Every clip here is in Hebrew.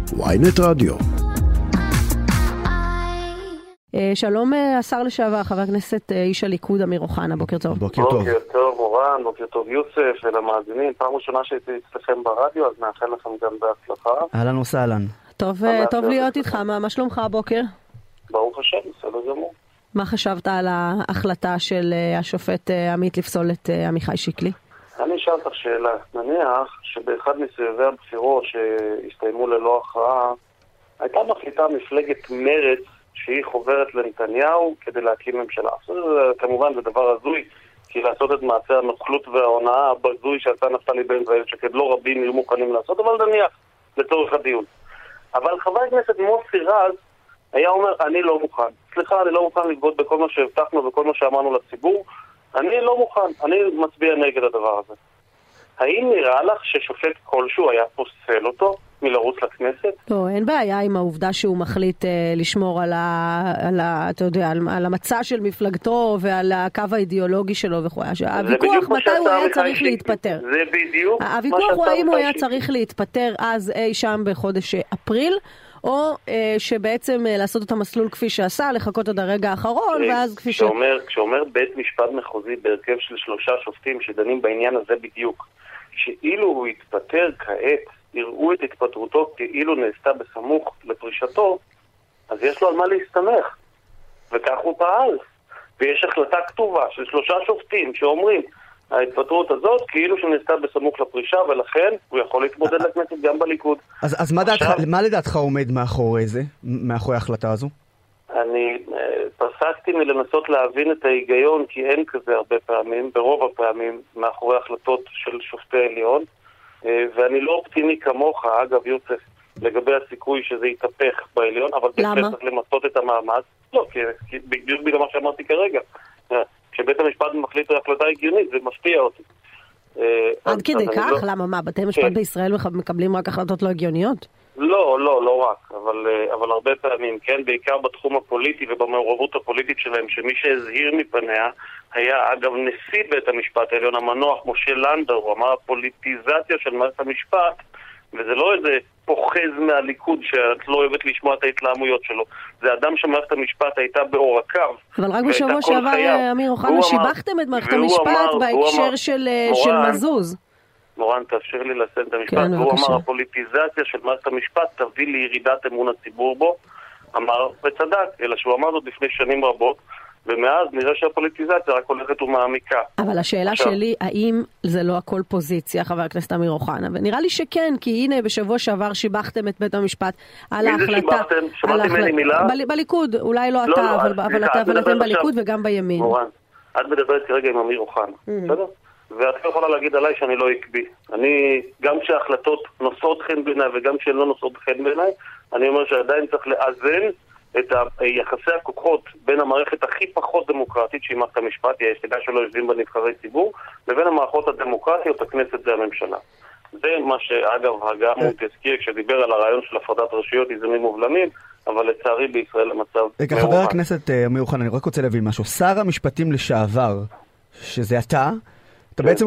ynet רדיו. שלום השר לשעבר, חבר הכנסת איש הליכוד אמיר אוחנה, בוקר טוב. בוקר טוב מורן, בוקר טוב יוסף ולמאזינים. פעם ראשונה שהייתי אצלכם ברדיו, אז מאחל לכם גם בהצלחה. אהלן וסהלן. טוב להיות איתך, מה שלומך הבוקר? ברוך השם, בסדר גמור. מה חשבת על ההחלטה של השופט עמית לפסול את עמיחי שיקלי? אני אשאל אותך שאלה. נניח שבאחד מסבבי הבחירות שהסתיימו ללא הכרעה, הייתה מחליטה מפלגת מרץ שהיא חוברת לנתניהו כדי להקים ממשלה. כמובן זה דבר הזוי, כי לעשות את מעשה הנוכלות וההונאה הבזוי שעשה נפתלי בנט ואיילת שקד לא רבים יהיו מוכנים לעשות, אבל נניח לצורך הדיון. אבל חבר הכנסת מוסי רז היה אומר, אני לא מוכן. סליחה, אני לא מוכן לבגוד בכל מה שהבטחנו וכל מה שאמרנו לציבור. אני לא מוכן, אני מצביע נגד הדבר הזה. האם נראה לך ששופט כלשהו היה פוסל אותו מלרוץ לכנסת? לא, אין בעיה עם העובדה שהוא מחליט לשמור אתה יודע, על המצע של מפלגתו ועל הקו האידיאולוגי שלו וכו'. הוויכוח מתי הוא היה צריך להתפטר. זה בדיוק. הוויכוח הוא האם הוא היה צריך להתפטר אז אי שם בחודש אפריל, או שבעצם לעשות את המסלול כפי שעשה, לחכות עד הרגע האחרון, ואז כפי כשאומר בית משפט מחוזי בהרכב של 3 שופטים שדנים בעניין הזה בדיוק, שאילו הוא יתפטר כעת, יראו את התפטרותו כאילו נעשתה בסמוך לפרישתו, אז יש לו על מה להסתמך. וכך הוא פעל. ויש החלטה כתובה של 3 שופטים שאומרים, ההתפטרות הזאת כאילו שנעשתה בסמוך לפרישה, ולכן הוא יכול להתמודד לכנסת גם בליכוד. אז מה לדעתך עומד מאחורי זה, מאחורי ההחלטה הזו? אני פסקתי מלנסות להבין את ההיגיון, כי אין כזה הרבה פעמים, ברוב הפעמים, מאחורי החלטות של שופטי העליון, ואני לא אופטימי כמוך, אגב יוסף, לגבי הסיכוי שזה יתהפך בעליון, אבל למה? צריך למצות את המאמץ. לא, כי בדיוק בגלל מה שאמרתי כרגע. כשבית המשפט מחליט החלטה הגיונית, זה מפתיע אותי. עד כדי כך? למה? מה? בתי משפט בישראל מקבלים רק החלטות לא הגיוניות? לא רק, אבל הרבה פעמים, כן, בעיקר בתחום הפוליטי ובמעורבות הפוליטית שלהם, שמי שהזהיר מפניה היה, אגב, נשיא בית המשפט העליון המנוח, משה לנדאו, הוא אמר הפוליטיזציה של מערכת המשפט, וזה לא איזה פוחז מהליכוד שאת לא אוהבת לשמוע את ההתלהמויות שלו. זה אדם שמערכת המשפט הייתה בעורקיו. אבל רק בשבוע שעבר, אמיר אוחנה, שיבחתם את מערכת המשפט בהקשר של מזוז. מורן, תאפשר לי לסיים את המשפט. והוא אמר, הפוליטיזציה של מערכת המשפט תביא לירידת אמון הציבור בו. אמר, וצדק, אלא שהוא אמר זאת לפני שנים רבות, ומאז נראה שהפוליטיזציה רק הולכת ומעמיקה. אבל השאלה שלי, האם זה לא הכל פוזיציה, חבר הכנסת אמיר אוחנה? ונראה לי שכן, כי הנה בשבוע שעבר שיבחתם את בית המשפט על ההחלטה. מי זה שיבחתם? שמעתי ממני מילה? בליכוד, אולי לא אתה, אבל אתם בליכוד וגם בימין. מורן, את מדברת כרגע עם אמיר אוחנה, בסדר? ואת לא יכולה להגיד עליי שאני לא עקבי. אני, גם כשההחלטות נושאות חן בעיניי וגם כשהן לא נושאות חן בעיניי, אני אומר שעדיין צריך לאזן את יחסי הכוחות בין המערכת הכי פחות דמוקרטית שהיא מערכת המשפט, יש תדע שלא יושבים בנבחרי ציבור, לבין המערכות הדמוקרטיות, הכנסת זה הממשלה. זה מה שאגב הגה מונטסקייה כשדיבר על הרעיון של הפרדת רשויות איזונים ובלמים, אבל לצערי בישראל המצב רגע, חבר הכנסת אמיר אוחנה, אני רק רוצה להבין משהו. שר המשפטים לשעבר, שזה אתה בעצם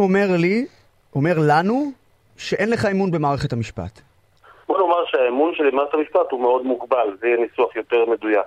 אומר לנו שאין לך אמון במערכת המשפט. בוא נאמר שהאמון שלי במערכת המשפט הוא מאוד מוגבל, זה יהיה ניסוח יותר מדויק.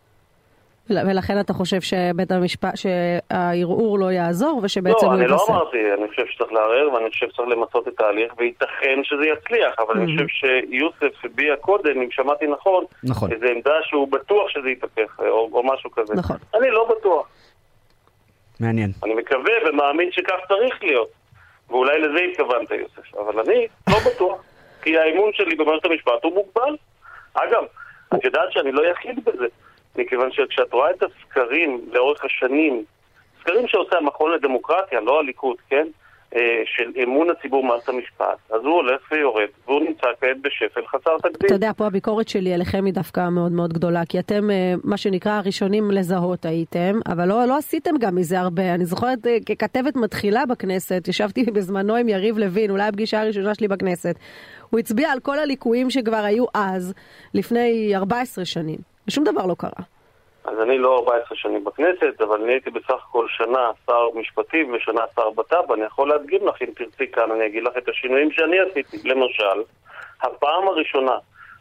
ולכן אתה חושב שבית המשפט, שהערעור לא יעזור ושבעצם לא, הוא אני לא יתעסק? אמרתי, אני חושב שצריך לערער ואני חושב שצריך למצות את ההליך וייתכן שזה יצליח, אבל אני חושב שיוסף הביע קודם, אם שמעתי נכון, איזו עמדה שהוא בטוח שזה יתהפך או משהו כזה. נכון. אני לא בטוח. מעניין. אני מקווה ומאמין שכך צריך להיות. ואולי לזה התכוונת יוסף, אבל אני לא בטוח. כי האמון שלי במערכת המשפט הוא מוגבל. אגב, את יודעת שאני לא יחיד בזה. מכיוון שכשאת רואה את הסקרים לאורך השנים, סקרים שעושה המכון לדמוקרטיה, לא הליכוד, כן? של אמון הציבור במערכת המשפט, אז הוא הולך ויורד, והוא נמצא כעת בשפל חסר תקדים. אתה יודע, פה הביקורת שלי אליכם היא דווקא מאוד מאוד גדולה, כי אתם, מה שנקרא, הראשונים לזהות הייתם, אבל לא עשיתם גם מזה הרבה. אני זוכרת, ככתבת מתחילה בכנסת, ישבתי בזמנו עם יריב לוין, אולי הפגישה הראשונה שלי בכנסת, הוא הצביע על כל הליקויים שכבר היו אז, לפני 14 שנים. ושום דבר לא קרה. אז אני לא 14 שנים בכנסת, אבל אני הייתי בסך הכל שנה שר משפטים ושנה שר בט"פ, אני יכול להדגים לך, אם תרצי כאן, אני אגיד לך את השינויים שאני עשיתי. למשל, הפעם הראשונה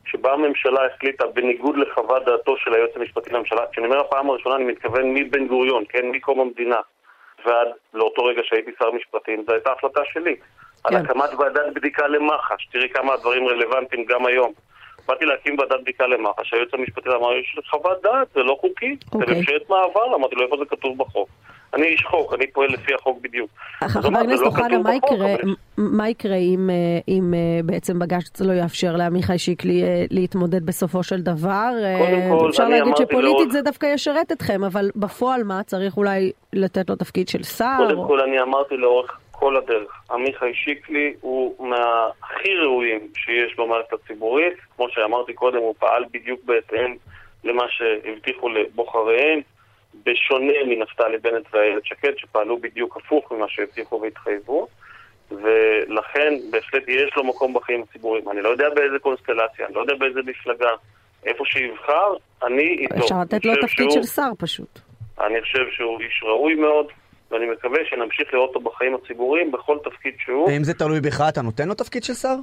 שבה הממשלה החליטה בניגוד לחוות דעתו של היועץ המשפטי לממשלה, כשאני אומר הפעם הראשונה אני מתכוון מבן גוריון, כן, מקום המדינה ועד לאותו רגע שהייתי שר משפטים, זו הייתה החלטה שלי. על הקמת ועדת בדיקה למח"ש, תראי כמה הדברים רלוונטיים גם היום. באתי להקים ועדת בדיקה למח"ש, היועץ המשפטי אמר, יש חוות דעת, זה לא חוקי, זה ממשלת מעבר, אמרתי לו, איפה זה כתוב בחוק? אני איש חוק, אני פועל לפי החוק בדיוק. חבר הכנסת אוחנה, מה יקרה אם בעצם בג"ץ לא יאפשר לעמיחי שיקלי להתמודד בסופו של דבר? אפשר להגיד שפוליטית זה דווקא ישרת אתכם, אבל בפועל מה? צריך אולי לתת לו תפקיד של שר? קודם כל אני אמרתי לאורך כל הדרך, עמיחי שיקלי הוא מהכי ראויים שיש במערכת הציבורית, כמו שאמרתי קודם, הוא פעל בדיוק בהתאם למה שהבטיחו לבוחריהם, בשונה מנפתלי בנט ואיילת שקד, שפעלו בדיוק הפוך ממה שהבטיחו והתחייבו, ולכן בהחלט יש לו מקום בחיים הציבוריים. אני לא יודע באיזה קונסטלציה, אני לא יודע באיזה מפלגה, איפה שיבחר, אני איתו. אפשר לתת לו תפקיד של שר פשוט. אני חושב שהוא איש ראוי מאוד, ואני מקווה שנמשיך לראות אותו בחיים הציבוריים בכל תפקיד שהוא. ואם זה תלוי בך, אתה נותן לו תפקיד של שר?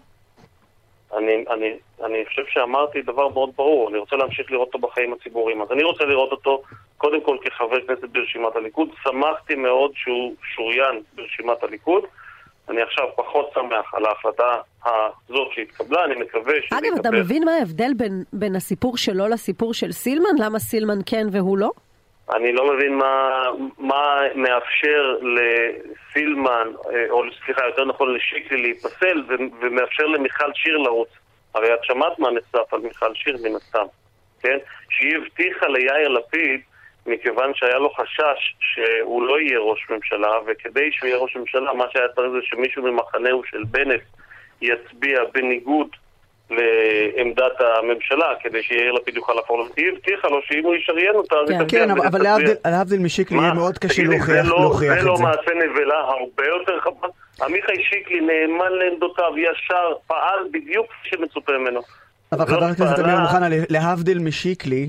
אני חושב שאמרתי דבר מאוד ברור, אני רוצה להמשיך לראות אותו בחיים הציבוריים, אז אני רוצה לראות אותו קודם כל כחבר כנסת ברשימת הליכוד, שמחתי מאוד שהוא שוריין ברשימת הליכוד, אני עכשיו פחות שמח על ההחלטה הזאת שהתקבלה, אני מקווה שזה אגב, אתה מבין מה ההבדל בין הסיפור שלו לסיפור של סילמן? למה סילמן כן והוא לא? אני לא מבין מה מאפשר לסילמן, או סליחה, יותר נכון לשיקלי להיפסל, ומאפשר למיכל שיר לרוץ. הרי את שמעת מה נחשף על מיכל שיר מן הסתם, כן? שהיא הבטיחה ליאיר לפיד, מכיוון שהיה לו חשש שהוא לא יהיה ראש ממשלה, וכדי שהוא יהיה ראש ממשלה, מה שהיה צריך זה שמישהו ממחנהו של בנט יצביע בניגוד לעמדת הממשלה, כדי שיאיר לפיד יוכל להפוך לו. היא הבטיחה לו שאם הוא ישריין אותה, כן, אבל להבדיל משיקלי יהיה מאוד קשה להוכיח את זה. זה לא מעשה נבלה הרבה יותר חבל. עמיחי שיקלי נאמן לעמדותיו, ישר, פעל בדיוק שמצופה ממנו. אבל חבר הכנסת אמיר אוחנה, להבדיל משיקלי,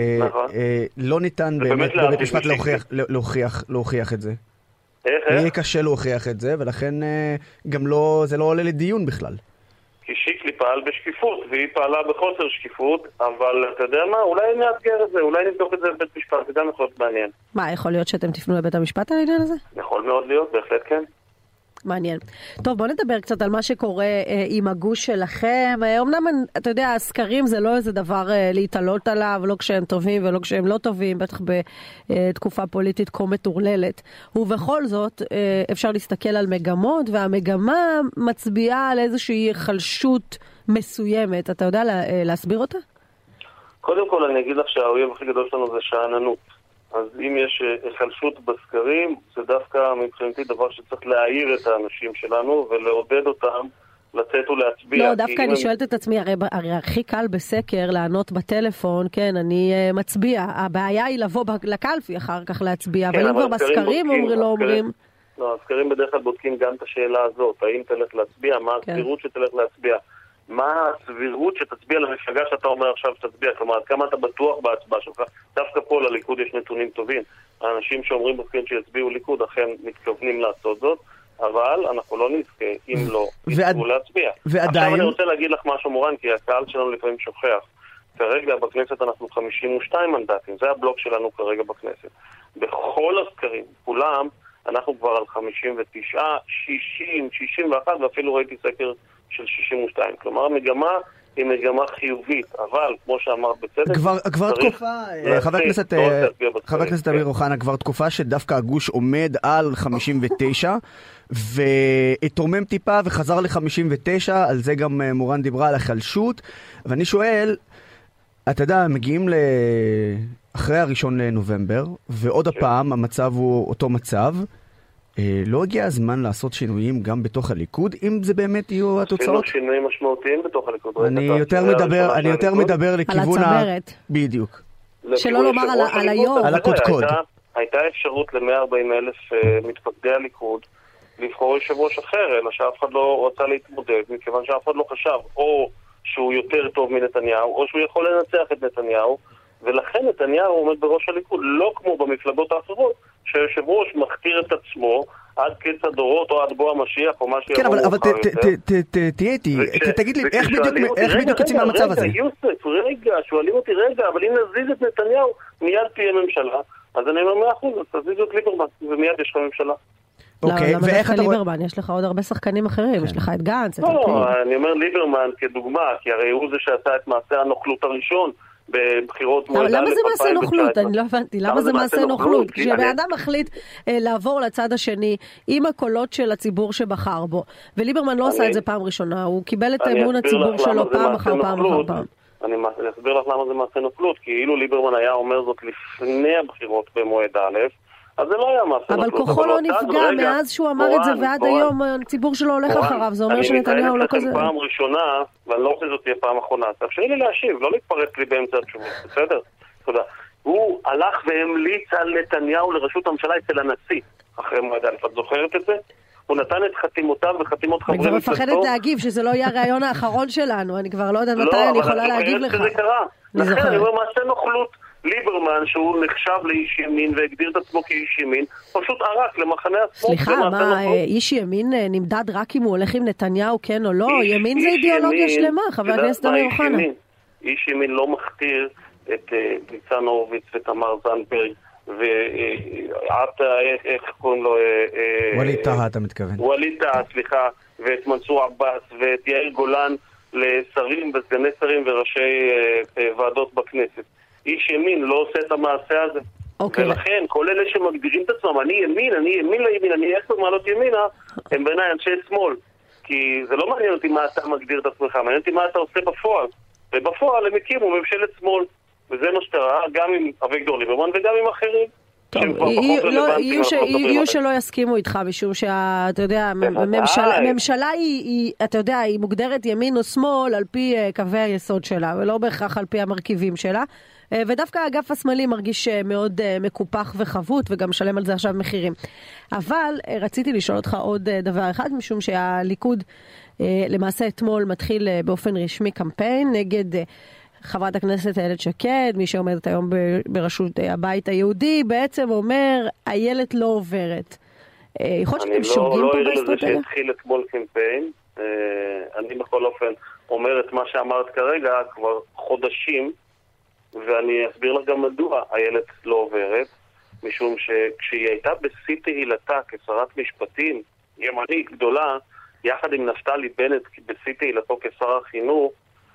לא ניתן באמת בבית משפט להוכיח את זה. יהיה קשה להוכיח את זה, ולכן גם זה לא עולה לדיון בכלל. כי שיקלי פעל בשקיפות, והיא פעלה בחוסר שקיפות, אבל אתה יודע מה, אולי נאתגר את זה, אולי נבדוק את זה בבית משפט, זה גם יכול להיות מעניין. מה, יכול להיות שאתם תפנו לבית המשפט על העניין הזה? יכול מאוד להיות, בהחלט כן. מעניין. טוב, בוא נדבר קצת על מה שקורה עם הגוש שלכם. אמנם, אתה יודע, הסקרים זה לא איזה דבר להתעלות עליו, לא כשהם טובים ולא כשהם לא טובים, בטח בתקופה פוליטית כה מטורללת. ובכל זאת, אפשר להסתכל על מגמות, והמגמה מצביעה על איזושהי חלשות מסוימת. אתה יודע להסביר אותה? קודם כל, אני אגיד לך שהאויב הכי גדול שלנו זה שאננות. אז אם יש חלשות בסקרים, זה דווקא מבחינתי דבר שצריך להעיר את האנשים שלנו ולעודד אותם לצאת ולהצביע. לא, דווקא אני שואלת את עצמי, הרי הכי קל בסקר לענות בטלפון, כן, אני מצביע. הבעיה היא לבוא לקלפי אחר כך להצביע, אבל אם כבר בסקרים לא אומרים... לא, הסקרים בדרך כלל בודקים גם את השאלה הזאת, האם תלך להצביע, מה הסבירות שתלך להצביע. מה הסבירות שתצביע למפלגה שאתה אומר עכשיו שתצביע? כלומר, כמה אתה בטוח בהצבעה שלך? דווקא פה לליכוד יש נתונים טובים. האנשים שאומרים בסקרים שיצביעו ליכוד אכן מתכוונים לעשות זאת, אבל אנחנו לא נזכה אם לא יצאו להצביע. עכשיו אני רוצה להגיד לך משהו מורן, כי הקהל שלנו לפעמים שוכח. כרגע בכנסת אנחנו 52 מנדטים, זה הבלוק שלנו כרגע בכנסת. בכל הסקרים, כולם, אנחנו כבר על 59, 60, 61, ואפילו ראיתי סקר של 62. כלומר, המגמה היא מגמה חיובית, אבל כמו שאמרת בצדק, כבר תקופה, חבר הכנסת אמיר אוחנה, כבר תקופה שדווקא הגוש עומד על 59, והתרומם טיפה וחזר ל-59, על זה גם מורן דיברה על החלשות, ואני שואל, אתה יודע, מגיעים אחרי הראשון לנובמבר, ועוד הפעם המצב הוא אותו מצב, לא הגיע הזמן לעשות שינויים גם בתוך הליכוד, אם זה באמת יהיו התוצאות? עשינו שינויים משמעותיים בתוך הליכוד. אני יותר מדבר לכיוון על הצמרת. בדיוק. שלא לומר על היום. על הקודקוד. הייתה אפשרות ל-140,000 מתפקדי הליכוד לבחור יושב ראש אחר, אלא שאף אחד לא רצה להתמודד, מכיוון שאף אחד לא חשב או שהוא יותר טוב מנתניהו, או שהוא יכול לנצח את נתניהו, ולכן נתניהו עומד בראש הליכוד, לא כמו במפלגות האחרות, שהיושב ראש מכתיר את עצמו עד קץ הדורות או עד בוא המשיח או משהו. כן, אבל תהיה איתי, תגיד לי, איך בדיוק יוצאים מהמצב הזה? יוסף, רגע, שואלים אותי, אבל אם נזיז את נתניהו, מיד תהיה ממשלה. אז אני אומר 100%, אז תזיזו את ליברמן, ומיד יש לך ממשלה. למה דווקא ליברמן? יש לך עוד הרבה שחקנים אחרים, יש לך את גנץ, את לפיד. אני אומר ליברמן כדוגמה, כי הרי הוא זה שעשה את מעשה הנוכלות הראשון בבחירות מועד א' 2019. למה זה מעשה נוכלות? אני לא הבנתי. למה זה מעשה נוכלות? כשבאדם מחליט לעבור לצד השני עם הקולות של הציבור שבחר בו, וליברמן לא עשה את זה פעם ראשונה, הוא קיבל את אמון הציבור שלו פעם אחר פעם אחר פעם. אני אסביר לך למה זה מעשה נוכלות, כי אילו ליברמן היה אומר זאת לפני הבחירות במועד א', אז זה לא היה מעשה נוכלות. אבל כוחו לא נפגע מאז שהוא אמר את זה ועד היום הציבור שלו הולך אחריו, זה אומר שנתניהו לא כזה. אני מתארת לכם פעם ראשונה, ואני לא רוצה זאת תהיה פעם אחרונה, תאפשרי לי להשיב, לא להתפרץ לי באמצע התשובות, בסדר? תודה. הוא הלך והמליץ על נתניהו לראשות הממשלה אצל הנשיא, אחרי מועד א', את זוכרת את זה? הוא נתן את חתימותיו וחתימות חברי מפלגתו. אני כבר מפחדת להגיב, שזה לא יהיה הרעיון האחרון שלנו, אני כבר לא יודעת מתי אני יכולה להגיב לך. לכן אני אומר מעשה נוכלות. ליברמן, שהוא נחשב לאיש ימין והגדיר את עצמו כאיש ימין, פשוט ערק למחנה השמאל. סליחה, מה, איש ימין נמדד רק אם הוא הולך עם נתניהו, כן או לא? ימין זה אידיאולוגיה שלמה, חבר הכנסת אמיר אוחנה. איש ימין לא מכתיר את ניצן הורוביץ ותמר זנדברג, איך קוראים לו? ווליד טאהא, אתה מתכוון. ווליד טאהא, סליחה, ואת מנסור עבאס ואת יאיר גולן לשרים וסגני שרים וראשי ועדות בכנסת. איש ימין לא עושה את המעשה הזה. ולכן, כל אלה שמגדירים את עצמם, אני ימין לימין, אני 10 מעלות ימינה, הם בעיניי אנשי שמאל. כי זה לא מעניין אותי מה אתה מגדיר את עצמך, מעניין אותי מה אתה עושה בפועל. ובפועל הם הקימו ממשלת שמאל. וזה מה שקרה, גם עם אביגדור ליברמן וגם עם אחרים. יהיו שלא יסכימו איתך, משום שאתה יודע, ממשלה היא, אתה יודע, היא מוגדרת ימין או שמאל על פי קווי היסוד שלה, ולא בהכרח על פי המרכיבים שלה. ודווקא האגף השמאלי מרגיש מאוד מקופח וחבוט, וגם משלם על זה עכשיו מחירים. אבל רציתי לשאול אותך עוד דבר אחד, משום שהליכוד למעשה אתמול מתחיל באופן רשמי קמפיין נגד חברת הכנסת איילת שקד, מי שעומדת היום בראשות הבית היהודי, בעצם אומר, איילת לא עוברת. יכול להיות שאתם שוגים פה באסטרטגיה? אני לא ער לזה שהתחיל אתמול קמפיין. אני בכל אופן אומר את מה שאמרת כרגע כבר חודשים, ואני אסביר לך גם מדוע איילת לא עוברת, משום שכשהיא הייתה בשיא תהילתה כשרת משפטים, ימנית גדולה, יחד עם נפתלי בנט בשיא תהילתו כשר החינוך,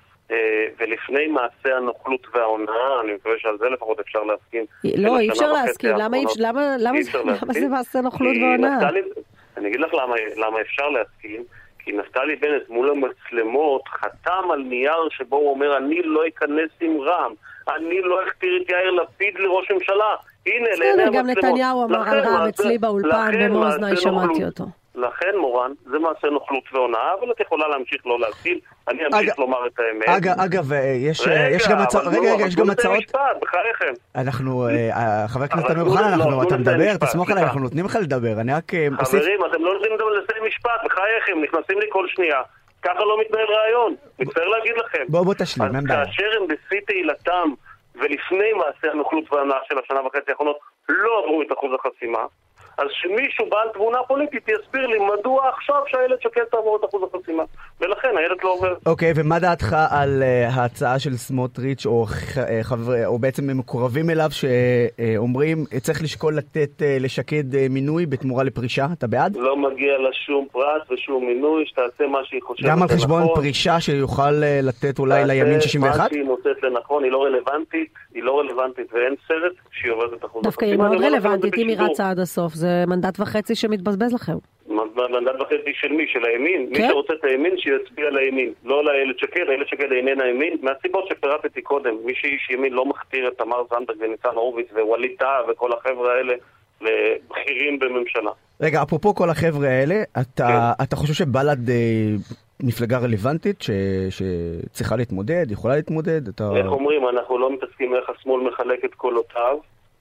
ולפני מעשה הנוכלות וההונאה, אני מקווה שעל זה לפחות אפשר להסכים. לא, אי אפשר להסכים. למה זה מעשה נוכלות והונאה? אני אגיד לך למה אפשר להסכים. כי נפתלי בנט מול המצלמות חתם על נייר שבו הוא אומר, אני לא אכנס עם רע"מ, אני לא אכתיר את יאיר לפיד לראש ממשלה. הנה, לעיני המצלמות. גם נתניהו אמר על רע"מ אצלי באולפן, במאזני שמעתי אותו. לכן, מורן, זה מעשה נוכלות והונאה, אבל את יכולה להמשיך לא להסכים. אני אמשיך לומר את האמת. אגב, יש גם הצעות... רגע, יש גם הצעות... בחייכם. אנחנו, חבר הכנסת אמיר אוחנה, אתה מדבר, תסמוך עליי, אנחנו נותנים לך לדבר. אני רק... חברים, אתם לא נותנים לסיים משפט, בחייכם, נכנסים לי כל שנייה. ככה לא מתנהל רעיון. מצטער להגיד לכם. בוא תשלים, אין בעיה. כאשר הם בשיא תהילתם, ולפני מעשה הנוכלות וההונאה של השנה וחצי האחרונות, לא עברו את אחוז החסימה, אז שמישהו בעל תבונה פוליטית יסביר לי מדוע עכשיו שהילד שקל תעבור את אחוז החסימה. ולכן הילד לא עובר. אוקיי, ומה דעתך על ההצעה של סמוטריץ' או בעצם מקורבים אליו שאומרים צריך לשקול לתת לשקד מינוי בתמורה לפרישה? אתה בעד? לא מגיע לה שום פרס ושום מינוי, שתעשה מה שהיא חושבת לנכון. גם על חשבון פרישה שיוכל לתת אולי לימין 61? מה שהיא מוצאת לנכון, היא לא רלוונטית ואין סרט שהיא עובדת את אחוז דווקא היא מאוד רלוונטית אם היא רצה עד הסוף. זה מנדט וחצי שמתבזבז לכם. מנדט וחצי של מי? של הימין? מי שרוצה את הימין שיצביע לימין. לא לאיילת שקד, איילת שקד איננה הימין. מהסיבות שפירטתי קודם, מי שאיש ימין לא מכתיר את תמר זנדברג וניצן הורוביץ ווליד טאהא וכל החבר'ה האלה לבכירים בממשלה. רגע, אפרופו כל החבר'ה האלה, אתה חושב שבל"ד מפלגה רלוונטית שצריכה להתמודד, יכולה להתמודד? איך אומרים, אנחנו לא מתעסקים איך השמאל מחלק את קולותיו.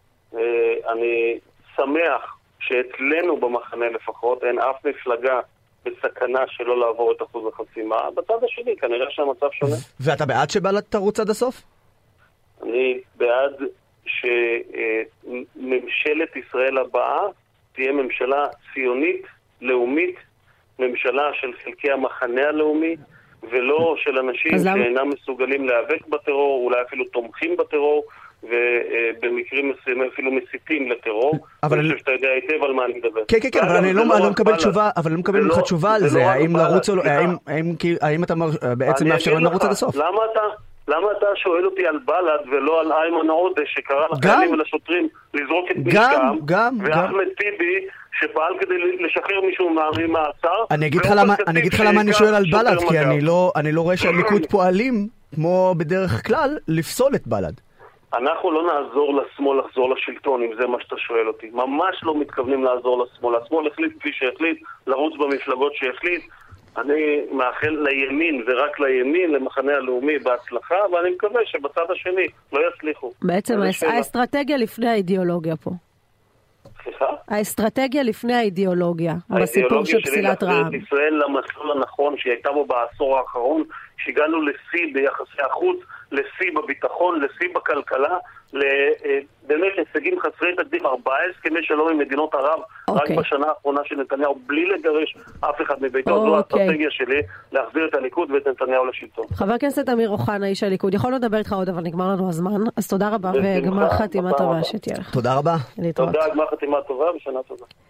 אני שמח שאצלנו במחנה לפחות אין אף מפלגה בסכנה שלא לעבור את אחוז החסימה. בצד השני, כנראה שהמצב שונה. ואתה בעד שבל"ד תרוץ עד הסוף? אני בעד שממשלת ישראל הבאה תהיה ממשלה ציונית, לאומית, ממשלה של חלקי המחנה הלאומי, ולא של אנשים שאינם מסוגלים להיאבק בטרור, אולי אפילו תומכים בטרור, ובמקרים מסוימים אפילו מסיתים לטרור. אני חושב שאתה יודע היטב על מה אני מדבר. כן, כן, אבל אני לא מקבל תשובה, אבל אני לא מקבל ממך תשובה על זה, האם לרוץ או לא, האם אתה בעצם מאפשר לנו לרוץ עד הסוף? למה אתה שואל אותי על בל"ד ולא על איימן עודה שקרא לחיילים ולשוטרים לזרוק את נשקם, ואחמד טיבי שפעל כדי לשחרר מישהו מהמעצר? אני אגיד לך למה אני שואל על בל"ד, כי אני לא רואה שהליכוד פועלים כמו בדרך כלל לפסול את בל"ד. אנחנו לא נעזור לשמאל לחזור לשלטון, אם זה מה שאתה שואל אותי. ממש לא מתכוונים לעזור לשמאל. השמאל החליט כפי שהחליט, לרוץ במפלגות שהחליט. אני מאחל לימין ורק לימין, למחנה הלאומי, בהצלחה, ואני מקווה שבצד השני לא יצליחו. בעצם האסטרטגיה לפני האידיאולוגיה פה. סליחה? האסטרטגיה לפני האידיאולוגיה, בסיפור של פסילת רע"מ. האידיאולוגיה שלי ישראל למסלול הנכון שהייתה בו בעשור האחרון, שהגענו לשיא ביחסי החוץ, לשיא בביטחון, לשיא בכלכלה, באמת הישגים חסרי תקדים, 4 הסכמי שלום עם מדינות ערב, רק בשנה האחרונה של נתניהו, בלי לגרש אף אחד מביתו. זו האסטרטגיה שלי, להחזיר את הליכוד ואת נתניהו לשלטון. חבר הכנסת אמיר אוחנה, איש הליכוד, יכולנו לדבר איתך עוד, אבל נגמר לנו הזמן, אז תודה רבה, וגמר חתימה טובה שתהיה לך. תודה רבה. תודה, גמר חתימה טובה ושנה טובה.